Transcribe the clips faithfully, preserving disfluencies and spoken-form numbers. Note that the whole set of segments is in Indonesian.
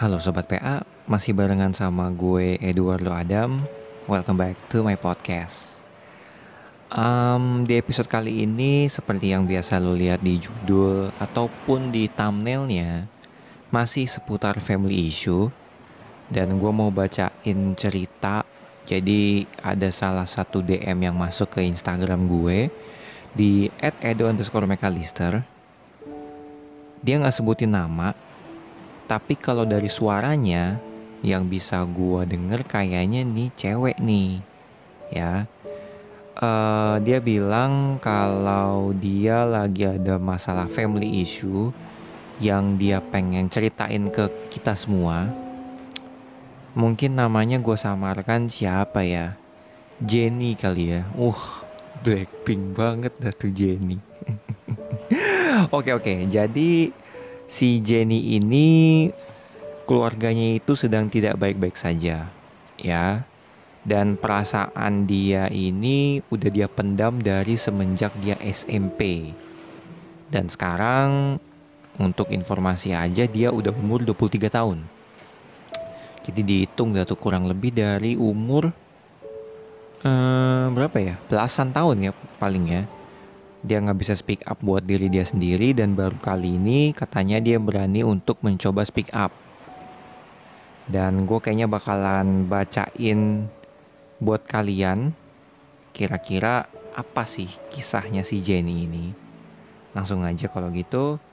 Halo Sobat P A, masih barengan sama gue Eduardo Adam. Welcome back to my podcast. Um, di episode kali ini seperti yang biasa lo lihat di judul ataupun di thumbnailnya, masih seputar family issue. Dan gue mau bacain cerita. Jadi ada salah satu D M yang masuk ke Instagram gue di at edo underscore mcallister. Dia gak sebutin nama, tapi kalau dari suaranya yang bisa gua denger kayaknya nih cewek nih, ya. Uh, dia bilang kalau dia lagi ada masalah family issue yang dia pengen ceritain ke kita semua. Mungkin namanya gua samarkan siapa ya? Jenny kali ya. Uh, Blackpink banget dah tuh Jenny. Oke oke, jadi si Jenny ini keluarganya itu sedang tidak baik-baik saja, ya. Dan perasaan dia ini udah dia pendam dari semenjak dia S M P. Dan sekarang untuk informasi aja dia udah umur dua puluh tiga tahun. Jadi dihitung dah tuh kurang lebih dari umur eh, berapa ya? Belasan tahun ya paling ya. Dia nggak bisa speak up buat diri dia sendiri dan baru kali ini katanya dia berani untuk mencoba speak up. Dan gue kayaknya bakalan bacain buat kalian kira-kira apa sih kisahnya si Jenny ini. Langsung aja kalau gitu.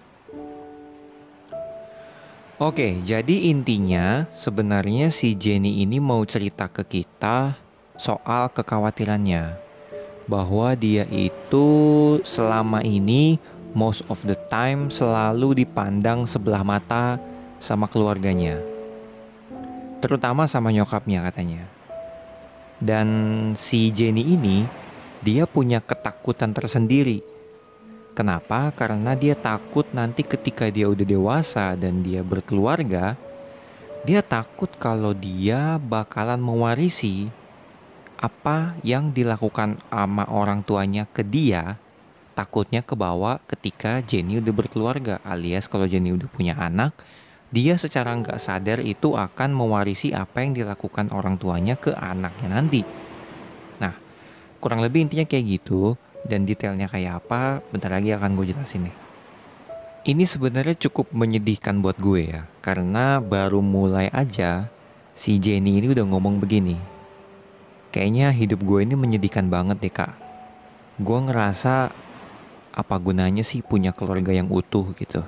Oke, jadi intinya sebenarnya si Jenny ini mau cerita ke kita soal kekhawatirannya. Bahwa dia itu selama ini most of the time selalu dipandang sebelah mata sama keluarganya. Terutama sama nyokapnya katanya. Dan si Jenny ini dia punya ketakutan tersendiri. Kenapa? Karena dia takut nanti ketika dia udah dewasa dan dia berkeluarga, dia takut kalau dia bakalan mewarisi apa yang dilakukan sama orang tuanya ke dia, takutnya kebawa ketika Jenny udah berkeluarga. Alias kalau Jenny udah punya anak, dia secara nggak sadar itu akan mewarisi apa yang dilakukan orang tuanya ke anaknya nanti. Nah, kurang lebih intinya kayak gitu. Dan detailnya kayak apa, bentar lagi akan gue jelasin nih. Ini sebenarnya cukup menyedihkan buat gue ya, karena baru mulai aja si Jenny ini udah ngomong begini. Kayaknya hidup gue ini menyedihkan banget deh kak. Gue ngerasa apa gunanya sih punya keluarga yang utuh gitu.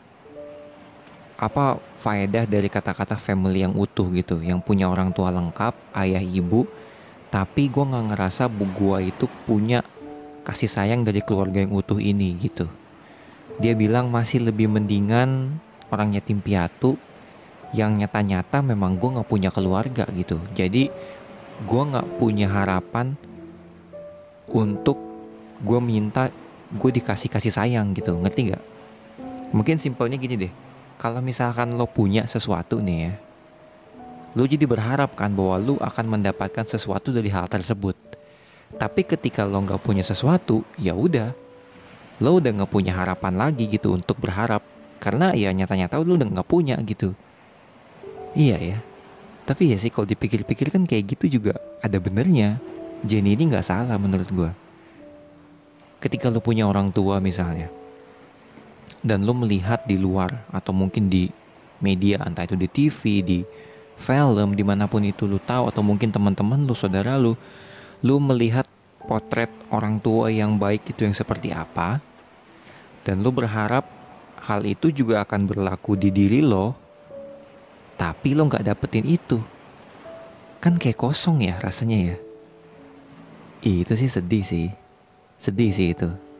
Apa faedah dari kata-kata family yang utuh gitu, yang punya orang tua lengkap, ayah ibu, tapi gue gak ngerasa bu gue itu punya kasih sayang dari keluarga yang utuh ini gitu. Dia bilang masih lebih mendingan orang yatim piatu yang nyata-nyata memang gue gak punya keluarga gitu. Jadi gue gak punya harapan untuk gue minta gue dikasih kasih sayang gitu, ngerti gak? Mungkin simpelnya gini deh, kalau misalkan lo punya sesuatu nih ya, lo jadi berharap kan bahwa lo akan mendapatkan sesuatu dari hal tersebut. Tapi ketika lo gak punya sesuatu, ya udah, lo udah gak punya harapan lagi gitu untuk berharap, karena ya nyata-nyata lo udah gak punya gitu. Iya ya. Tapi ya sih kalau dipikir-pikir kan kayak gitu juga ada benernya. Jenny ini gak salah menurut gue. Ketika lo punya orang tua misalnya, dan lo melihat di luar atau mungkin di media, entah itu di T V, di film, dimanapun itu lo tahu, atau mungkin teman-teman lo, saudara lo, lo melihat potret orang tua yang baik itu yang seperti apa, dan lo berharap hal itu juga akan berlaku di diri lo, tapi lo gak dapetin itu, kan kayak kosong ya rasanya ya. Ih, itu sih sedih sih. Sedih sih itu.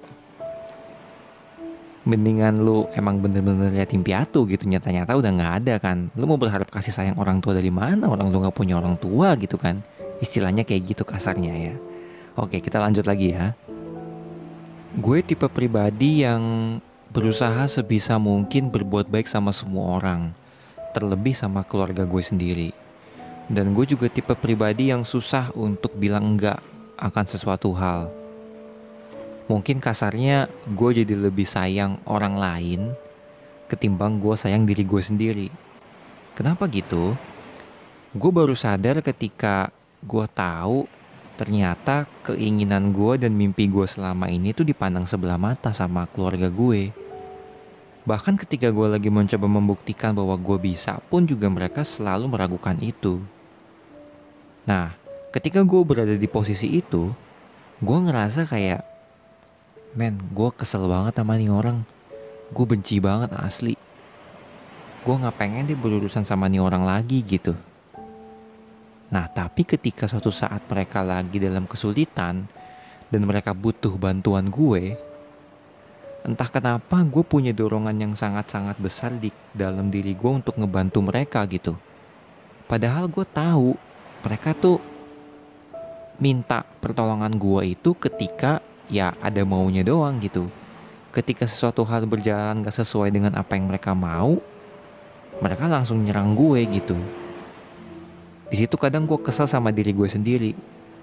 Mendingan lu emang bener-bener yatim piatu gitu, nyata-nyata udah gak ada kan. Lu mau berharap kasih sayang orang tua dari mana? Orang lu gak punya orang tua gitu kan. Istilahnya kayak gitu kasarnya ya. Oke, kita lanjut lagi ya. Gue tipe pribadi yang berusaha sebisa mungkin berbuat baik sama semua orang, terlebih sama keluarga gue sendiri. Dan gue juga tipe pribadi yang susah untuk bilang enggak akan sesuatu hal. Mungkin kasarnya gue jadi lebih sayang orang lain ketimbang gue sayang diri gue sendiri. Kenapa gitu? Gue baru sadar ketika gue tahu ternyata keinginan gue dan mimpi gue selama ini tuh dipandang sebelah mata sama keluarga gue. Bahkan ketika gue lagi mencoba membuktikan bahwa gue bisa pun juga mereka selalu meragukan itu. Nah, ketika gue berada di posisi itu, gue ngerasa kayak, men, gue kesel banget sama nih orang. Gue benci banget asli. Gue gak pengen dia berurusan sama nih orang lagi gitu. Nah, tapi ketika suatu saat mereka lagi dalam kesulitan dan mereka butuh bantuan gue, entah kenapa gue punya dorongan yang sangat-sangat besar di dalam diri gue untuk ngebantu mereka gitu. Padahal gue tahu mereka tuh minta pertolongan gue itu ketika ya ada maunya doang gitu. Ketika sesuatu hal berjalan gak sesuai dengan apa yang mereka mau, mereka langsung nyerang gue gitu. Di situ kadang gue kesel sama diri gue sendiri.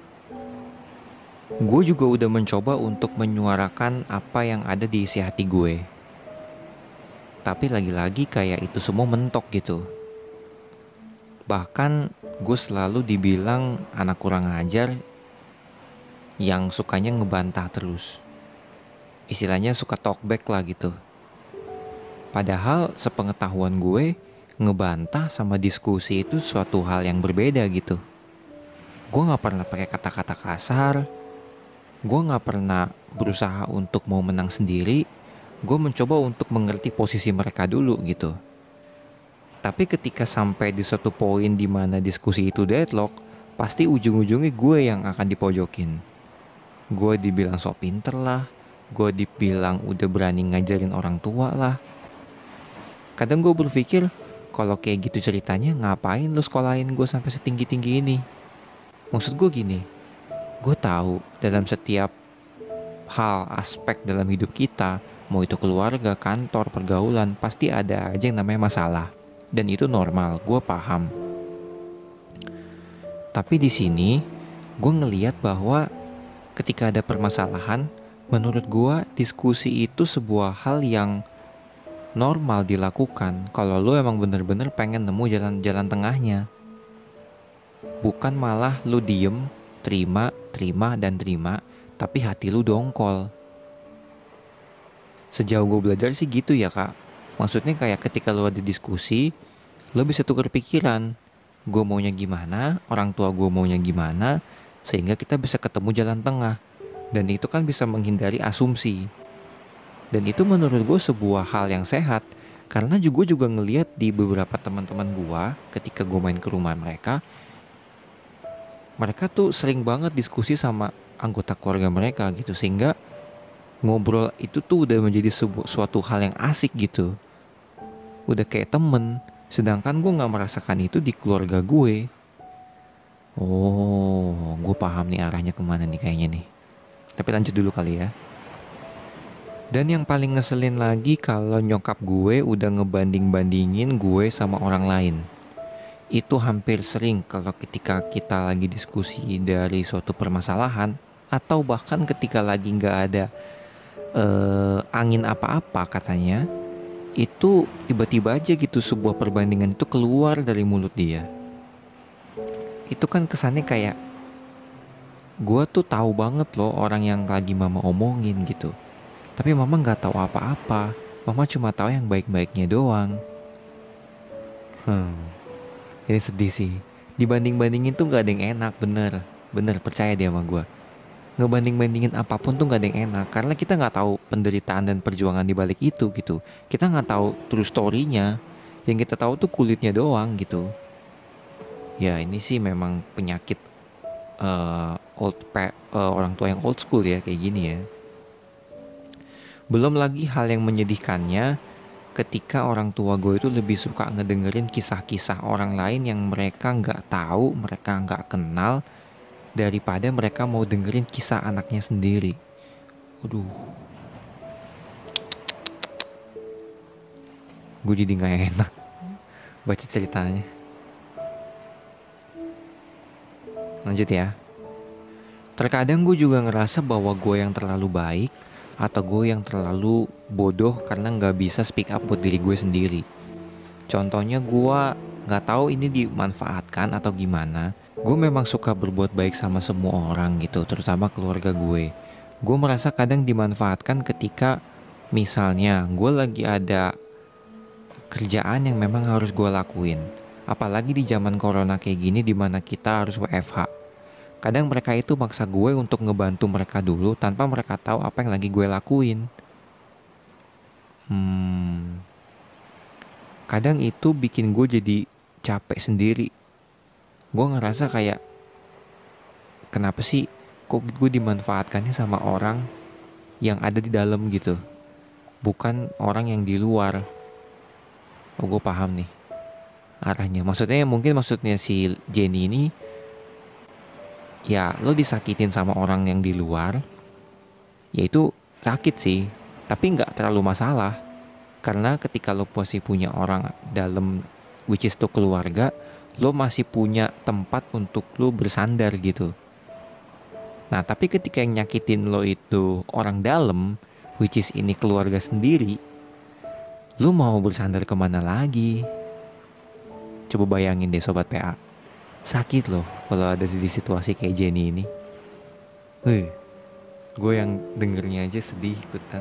Gue juga udah mencoba untuk menyuarakan apa yang ada di isi hati gue. Tapi lagi-lagi kayak itu semua mentok gitu. Bahkan gue selalu dibilang anak kurang ajar yang sukanya ngebantah terus. Istilahnya suka talkback lah gitu. Padahal sepengetahuan gue, ngebantah sama diskusi itu suatu hal yang berbeda gitu. Gue gak pernah pakai kata-kata kasar. Gue gak pernah berusaha untuk mau menang sendiri. Gue mencoba untuk mengerti posisi mereka dulu gitu. Tapi ketika sampai di suatu poin di mana diskusi itu deadlock, pasti ujung-ujungnya gue yang akan dipojokin. Gue dibilang sok pinter lah. Gue dibilang udah berani ngajarin orang tua lah. Kadang gue berpikir, kalau kayak gitu ceritanya ngapain lu sekolahin gue sampai setinggi-tinggi ini? Maksud gue gini, gue tahu dalam setiap hal aspek dalam hidup kita, mau itu keluarga, kantor, pergaulan, pasti ada aja yang namanya masalah. Dan itu normal, gue paham. Tapi di sini, gue ngeliat bahwa ketika ada permasalahan, menurut gue diskusi itu sebuah hal yang normal dilakukan kalau lu emang bener-bener pengen nemu jalan-jalan tengahnya. Bukan malah lu diem, terima, terima, dan terima, tapi hati lu dongkol. Sejauh gue belajar sih gitu ya kak. Maksudnya kayak ketika lu ada diskusi, lu bisa tukar pikiran. Gue maunya gimana, orang tua gue maunya gimana, sehingga kita bisa ketemu jalan tengah. Dan itu kan bisa menghindari asumsi. Dan itu menurut gue sebuah hal yang sehat. Karena juga juga ngelihat di beberapa teman-teman gue ketika gue main ke rumah mereka, mereka tuh sering banget diskusi sama anggota keluarga mereka gitu. Sehingga ngobrol itu tuh udah menjadi sebuah, suatu hal yang asik gitu. Udah kayak temen. Sedangkan gue gak merasakan itu di keluarga gue. Oh, gue paham nih arahnya kemana nih kayaknya nih. Tapi lanjut dulu kali ya. Dan yang paling ngeselin lagi kalau nyokap gue udah ngebanding-bandingin gue sama orang lain. Itu hampir sering kalau ketika kita lagi diskusi dari suatu permasalahan, atau bahkan ketika lagi gak ada uh, angin apa-apa katanya, itu tiba-tiba aja gitu sebuah perbandingan itu keluar dari mulut dia. Itu kan kesannya kayak, gue tuh tahu banget loh orang yang lagi mama omongin gitu. Tapi mama gak tahu apa-apa. Mama cuma tahu yang baik-baiknya doang. Hmm, ini sedih sih. Dibanding-bandingin tuh gak ada yang enak, bener. Bener, percaya dia sama gue. Ngebanding-bandingin apapun tuh gak ada yang enak. Karena kita gak tahu penderitaan dan perjuangan di balik itu gitu. Kita gak tahu true story-nya. Yang kita tahu tuh kulitnya doang gitu. Ya ini sih memang penyakit uh, old pe- uh, orang tua yang old school ya, kayak gini ya. Belum lagi hal yang menyedihkannya ketika orang tua gue itu lebih suka ngedengerin kisah-kisah orang lain yang mereka gak tahu, mereka gak kenal, daripada mereka mau dengerin kisah anaknya sendiri. Aduh, gue jadi gak enak baca ceritanya. Lanjut ya. Terkadang gue juga ngerasa bahwa gue yang terlalu baik, atau gue yang terlalu bodoh karena gak bisa speak up buat diri gue sendiri. Contohnya gue Gak tahu ini dimanfaatkan atau gimana. Gue memang suka berbuat baik sama semua orang gitu, terutama keluarga gue. Gue merasa kadang dimanfaatkan ketika misalnya gue lagi ada kerjaan yang memang harus gue lakuin. Apalagi di zaman corona kayak gini dimana kita harus W F H. Kadang mereka itu maksa gue untuk ngebantu mereka dulu tanpa mereka tahu apa yang lagi gue lakuin. Hmm, kadang itu bikin gue jadi capek sendiri. Gue ngerasa kayak, kenapa sih kok gue dimanfaatkannya sama orang yang ada di dalam gitu, bukan orang yang di luar. Oh, gue paham nih arahnya. Maksudnya mungkin maksudnya si Jenny ini, ya lo disakitin sama orang yang di luar, ya itu sakit sih, tapi nggak terlalu masalah. Karena ketika lo masih punya orang dalam, which is to keluarga, lo masih punya tempat untuk lo bersandar gitu. Nah tapi ketika yang nyakitin lo itu orang dalam, which is ini keluarga sendiri, lo mau bersandar kemana lagi? Coba bayangin deh Sobat P A, sakit loh kalau ada di situasi kayak Jenny ini. Wih, gue yang dengernya aja sedih ikutan.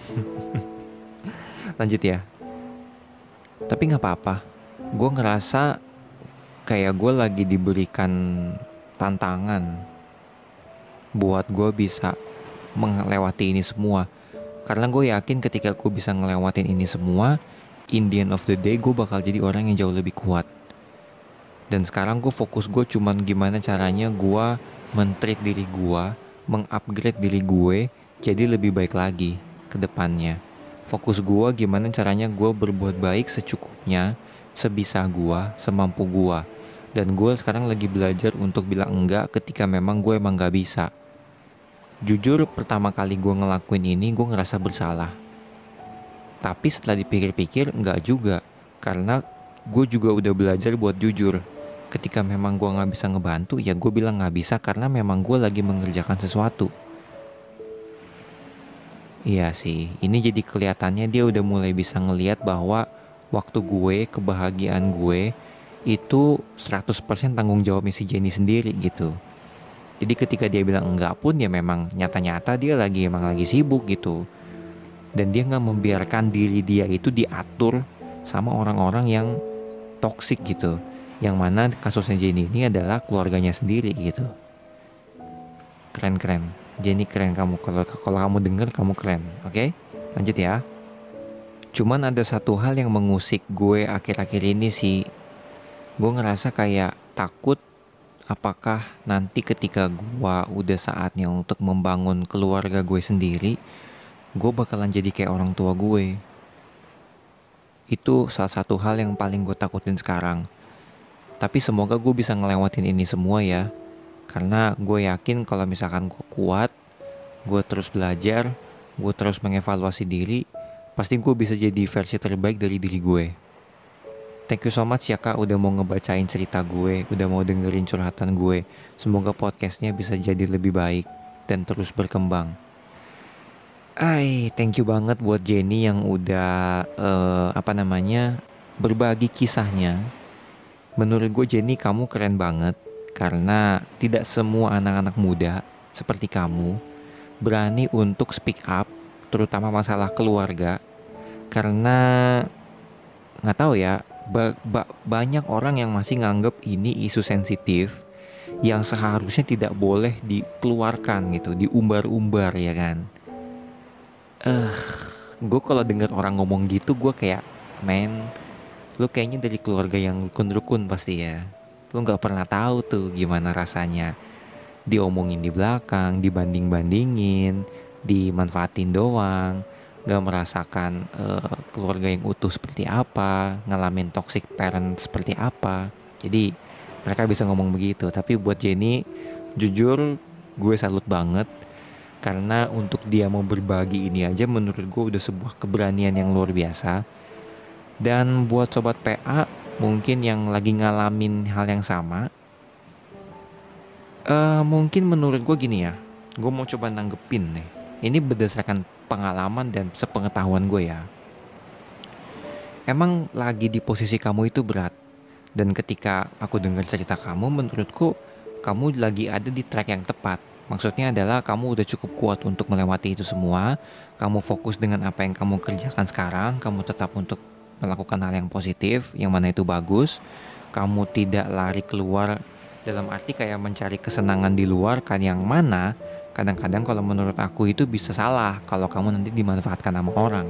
Lanjut ya. Tapi gak apa-apa, gue ngerasa kayak gue lagi diberikan tantangan buat gue bisa melewati ini semua. Karena gue yakin ketika gue bisa ngelewatin ini semua, in the end of the day gue bakal jadi orang yang jauh lebih kuat. Dan sekarang gue fokus gue cuman gimana caranya gue men-treat diri gue, meng-upgrade diri gue jadi lebih baik lagi ke depannya. Fokus gue gimana caranya gue berbuat baik secukupnya, sebisa gue, semampu gue. Dan gue sekarang lagi belajar untuk bilang enggak ketika memang gue emang gak bisa. Jujur pertama kali gue ngelakuin ini gue ngerasa bersalah. Tapi setelah dipikir-pikir enggak juga. Karena gue juga udah belajar buat jujur. Ketika memang gue gak bisa ngebantu, ya gue bilang gak bisa karena memang gue lagi mengerjakan sesuatu. Iya sih, ini jadi kelihatannya dia udah mulai bisa ngelihat bahwa waktu gue, kebahagiaan gue itu seratus persen tanggung jawabnya si Jenny sendiri gitu. Jadi ketika dia bilang enggak pun ya memang nyata-nyata dia lagi emang lagi sibuk gitu. Dan dia gak membiarkan diri dia itu diatur sama orang-orang yang toksik gitu. Yang mana kasusnya Jenny ini adalah keluarganya sendiri gitu. Keren-keren, Jenny keren kamu. Kalau kalau kamu denger kamu keren, oke? Okay? Lanjut ya. Cuman ada satu hal yang mengusik gue akhir-akhir ini sih. Gue ngerasa kayak takut apakah nanti ketika gue udah saatnya untuk membangun keluarga gue sendiri, gue bakalan jadi kayak orang tua gue. Itu salah satu hal yang paling gue takutin sekarang. Tapi semoga gue bisa ngelewatin ini semua ya. Karena gue yakin kalau misalkan gue kuat, gue terus belajar, gue terus mengevaluasi diri, pasti gue bisa jadi versi terbaik dari diri gue. Thank you so much ya Kak udah mau ngebacain cerita gue, udah mau dengerin curhatan gue. Semoga podcastnya bisa jadi lebih baik dan terus berkembang. Ay, thank you banget buat Jenny yang udah uh, apa namanya berbagi kisahnya. Menurut gue Jenny kamu keren banget karena tidak semua anak-anak muda seperti kamu berani untuk speak up, terutama masalah keluarga. Karena nggak tahu ya, ba- ba- banyak orang yang masih nganggep ini isu sensitif yang seharusnya tidak boleh dikeluarkan gitu, diumbar-umbar ya kan. Eh, uh, gue kalau dengar orang ngomong gitu gue kayak, men, lu kayaknya dari keluarga yang rukun-rukun pasti ya. Lu gak pernah tahu tuh gimana rasanya diomongin di belakang, dibanding-bandingin, dimanfaatin doang, gak merasakan uh, keluarga yang utuh seperti apa, ngalamin toxic parent seperti apa. Jadi mereka bisa ngomong begitu. Tapi buat Jenny, jujur gue salut banget. Karena untuk dia mau berbagi ini aja menurut gue udah sebuah keberanian yang luar biasa. Dan buat Sobat P A mungkin yang lagi ngalamin hal yang sama, uh, mungkin menurut gue gini ya, gue mau coba nanggepin nih. Ini berdasarkan pengalaman dan sepengetahuan gue ya. Emang lagi di posisi kamu itu berat, Dan ketika aku dengar cerita kamu, menurutku kamu lagi ada di track yang tepat. Maksudnya adalah kamu udah cukup kuat untuk melewati itu semua. Kamu fokus dengan apa yang kamu kerjakan sekarang. Kamu tetap untuk melakukan hal yang positif, yang mana itu bagus. Kamu tidak lari keluar dalam arti kayak mencari kesenangan di luar, kan yang mana kadang-kadang kalau menurut aku itu bisa salah kalau kamu nanti dimanfaatkan sama orang.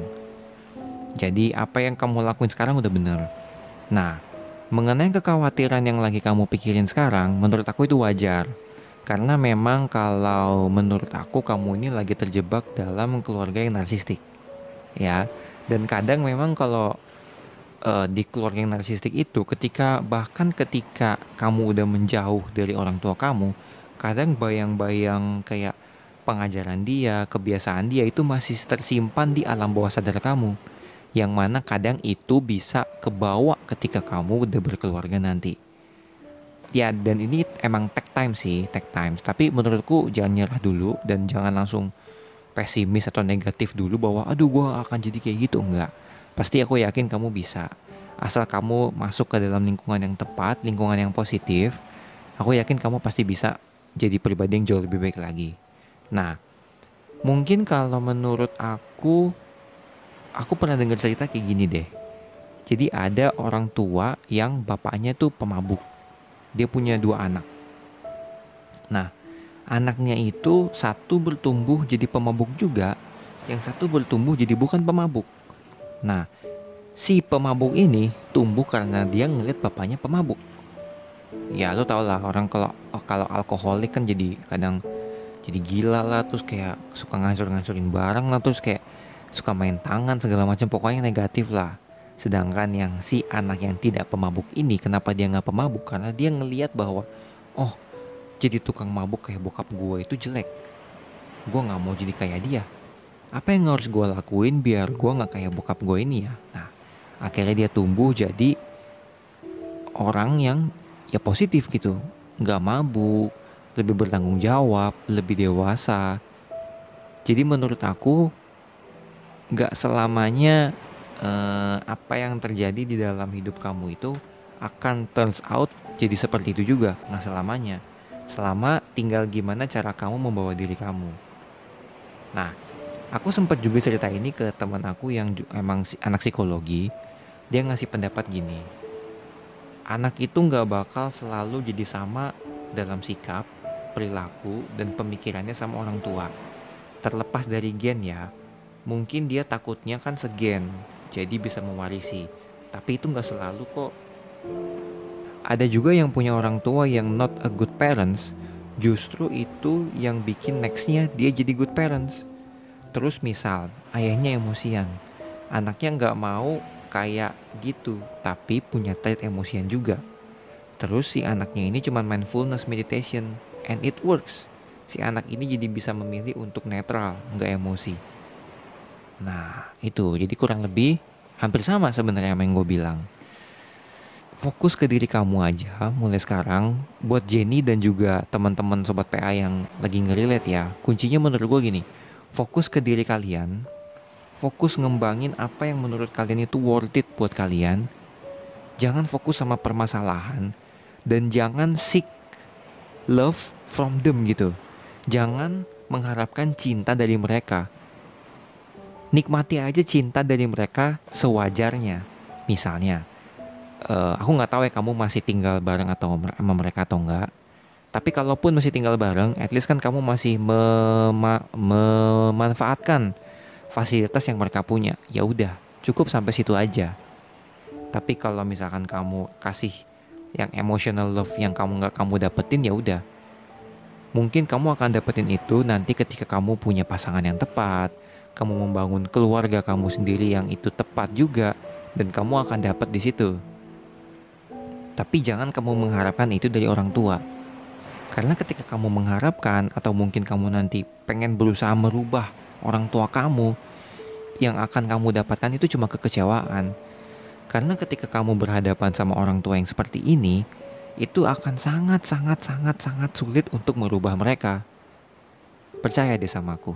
Jadi apa yang kamu lakuin sekarang udah bener. Nah, mengenai kekhawatiran yang lagi kamu pikirin sekarang, menurut aku itu wajar. Karena memang kalau menurut aku kamu ini lagi terjebak dalam keluarga yang narsistik. Ya, dan kadang memang kalau uh, di keluarga yang narsistik itu, ketika bahkan ketika kamu udah menjauh dari orang tua kamu, kadang bayang-bayang kayak pengajaran dia, kebiasaan dia itu masih tersimpan di alam bawah sadar kamu, yang mana kadang itu bisa kebawa ketika kamu udah berkeluarga nanti. Ya, dan ini emang take time sih, take time. Tapi menurutku jangan nyerah dulu dan jangan langsung pesimis atau negatif dulu bahwa aduh gue akan jadi kayak gitu. Enggak, pasti aku yakin kamu bisa. Asal kamu masuk ke dalam lingkungan yang tepat, lingkungan yang positif, aku yakin kamu pasti bisa jadi pribadi yang jauh lebih baik lagi. Nah, mungkin kalau menurut aku, aku pernah dengar cerita kayak gini deh. Jadi ada orang tua yang bapaknya tuh pemabuk. Dia punya dua anak. Nah, anaknya itu satu bertumbuh jadi pemabuk juga, yang satu bertumbuh jadi bukan pemabuk. Nah, si pemabuk ini tumbuh karena dia ngeliat bapaknya pemabuk. Ya lo tau lah orang kalau oh, kalau alkoholik kan jadi kadang jadi gila lah, terus kayak suka ngancur-ngancurin barang lah, terus kayak suka main tangan segala macam, pokoknya negatif lah. Sedangkan yang si anak yang tidak pemabuk ini, kenapa dia nggak pemabuk? Karena dia ngelihat bahwa oh, jadi tukang mabuk kayak bokap gue itu jelek. Gue nggak mau jadi kayak dia. Apa yang harus gue lakuin biar gue nggak kayak bokap gue ini ya? Nah, akhirnya dia tumbuh jadi orang yang ya positif gitu, nggak mabuk, lebih bertanggung jawab, lebih dewasa. Jadi menurut aku nggak selamanya eh, apa yang terjadi di dalam hidup kamu itu akan turns out jadi seperti itu juga, nggak selamanya. Selama tinggal gimana cara kamu membawa diri kamu. Nah, aku sempat juga cerita ini ke teman aku yang ju- emang si- anak psikologi. Dia ngasih pendapat gini, anak itu nggak bakal selalu jadi sama dalam sikap, perilaku, dan pemikirannya sama orang tua. Terlepas dari gen ya, mungkin dia takutnya kan segen, jadi bisa mewarisi. Tapi itu nggak selalu kok. Ada juga yang punya orang tua yang not a good parents, justru itu yang bikin nextnya dia jadi good parents. Terus misal ayahnya emosian, anaknya nggak mau kayak gitu, tapi punya trait emosian juga. Terus si anaknya ini cuma mindfulness meditation, and it works. Si anak ini jadi bisa memilih untuk netral, nggak emosi. Nah itu jadi kurang lebih hampir sama sebenarnya sama yang gue bilang. Fokus ke diri kamu aja mulai sekarang. Buat Jenny dan juga teman-teman sobat P A yang lagi ngerelate ya, kuncinya menurut gue gini, fokus ke diri kalian, fokus ngembangin apa yang menurut kalian itu worth it buat kalian. Jangan fokus sama permasalahan, dan jangan seek love from them gitu. Jangan mengharapkan cinta dari mereka. Nikmati aja cinta dari mereka sewajarnya. Misalnya, uh, aku nggak tahu ya kamu masih tinggal bareng atau sama mereka atau enggak. Tapi kalaupun masih tinggal bareng, at least kan kamu masih mema- memanfaatkan fasilitas yang mereka punya. Ya udah, cukup sampai situ aja. Tapi kalau misalkan kamu kasih yang emotional love yang kamu nggak kamu dapetin, ya udah. Mungkin kamu akan dapetin itu nanti ketika kamu punya pasangan yang tepat, kamu membangun keluarga kamu sendiri yang itu tepat juga, dan kamu akan dapat di situ. Tapi jangan kamu mengharapkan itu dari orang tua. Karena ketika kamu mengharapkan atau mungkin kamu nanti pengen berusaha merubah orang tua kamu, yang akan kamu dapatkan itu cuma kekecewaan. Karena ketika kamu berhadapan sama orang tua yang seperti ini, itu akan sangat sangat sangat sangat sulit untuk merubah mereka. Percaya deh sama aku.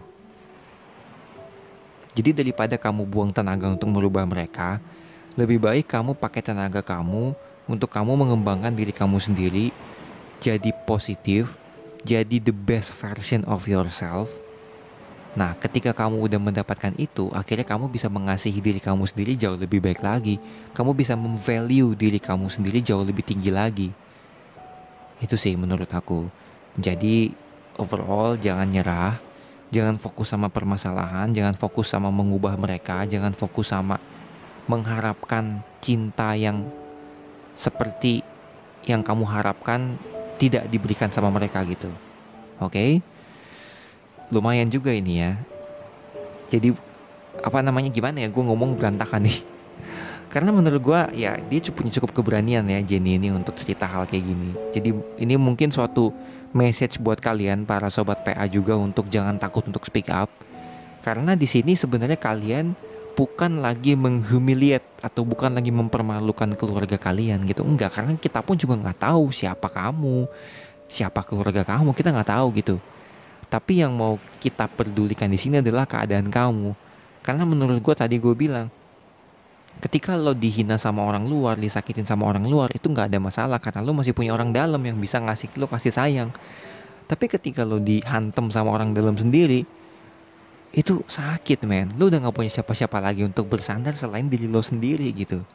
Jadi daripada kamu buang tenaga untuk merubah mereka, lebih baik kamu pakai tenaga kamu untuk kamu mengembangkan diri kamu sendiri, jadi positif, jadi the best version of yourself. Nah, ketika kamu udah mendapatkan itu, akhirnya kamu bisa mengasihi diri kamu sendiri jauh lebih baik lagi. Kamu bisa memvalue diri kamu sendiri jauh lebih tinggi lagi. Itu sih menurut aku. Jadi overall jangan nyerah, jangan fokus sama permasalahan, jangan fokus sama mengubah mereka, jangan fokus sama mengharapkan cinta yang seperti yang kamu harapkan tidak diberikan sama mereka gitu. Oke? Okay? Lumayan juga ini ya. Jadi apa namanya gimana ya, gue ngomong berantakan nih. Karena menurut gue ya dia punya cukup keberanian ya Jenny ini untuk cerita hal kayak gini. Jadi ini mungkin suatu message buat kalian para sobat P A juga untuk jangan takut untuk speak up. Karena di sini sebenarnya kalian bukan lagi menghumiliate atau bukan lagi mempermalukan keluarga kalian gitu. Enggak, karena kita pun juga nggak tahu siapa kamu, siapa keluarga kamu, kita nggak tahu gitu. Tapi yang mau kita pedulikan di sini adalah keadaan kamu. Karena menurut gue tadi gue bilang, ketika lo dihina sama orang luar, disakitin sama orang luar, itu nggak ada masalah karena lo masih punya orang dalam yang bisa ngasih lo kasih sayang. Tapi ketika lo dihantam sama orang dalam sendiri, itu sakit men. Lo udah nggak punya siapa-siapa lagi untuk bersandar selain diri lo sendiri gitu.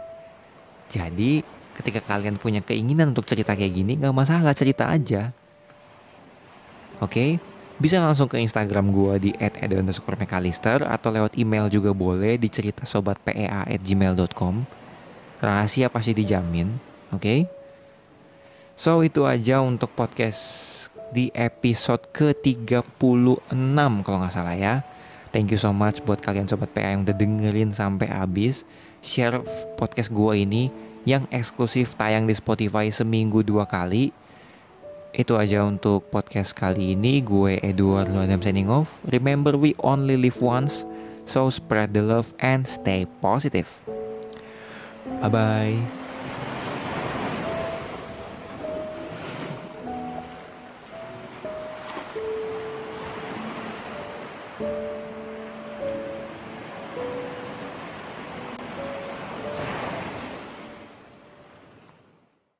Jadi ketika kalian punya keinginan untuk cerita kayak gini, nggak masalah, cerita aja. Oke, okay? Bisa langsung ke Instagram gue di et edo underscore mcallister atau lewat email juga boleh di cerita sobat p e a at gmail dot com. Rahasia pasti dijamin, oke? Okay? So itu aja untuk podcast di episode ke tiga puluh enam kalau nggak salah ya. Thank you so much buat kalian sobat P A yang udah dengerin sampai habis. Share podcast gue ini yang eksklusif tayang di Spotify seminggu dua kali. Itu aja untuk podcast kali ini. Gue Edward Adam signing off. Remember we only live once, so spread the love and stay positive. Bye bye.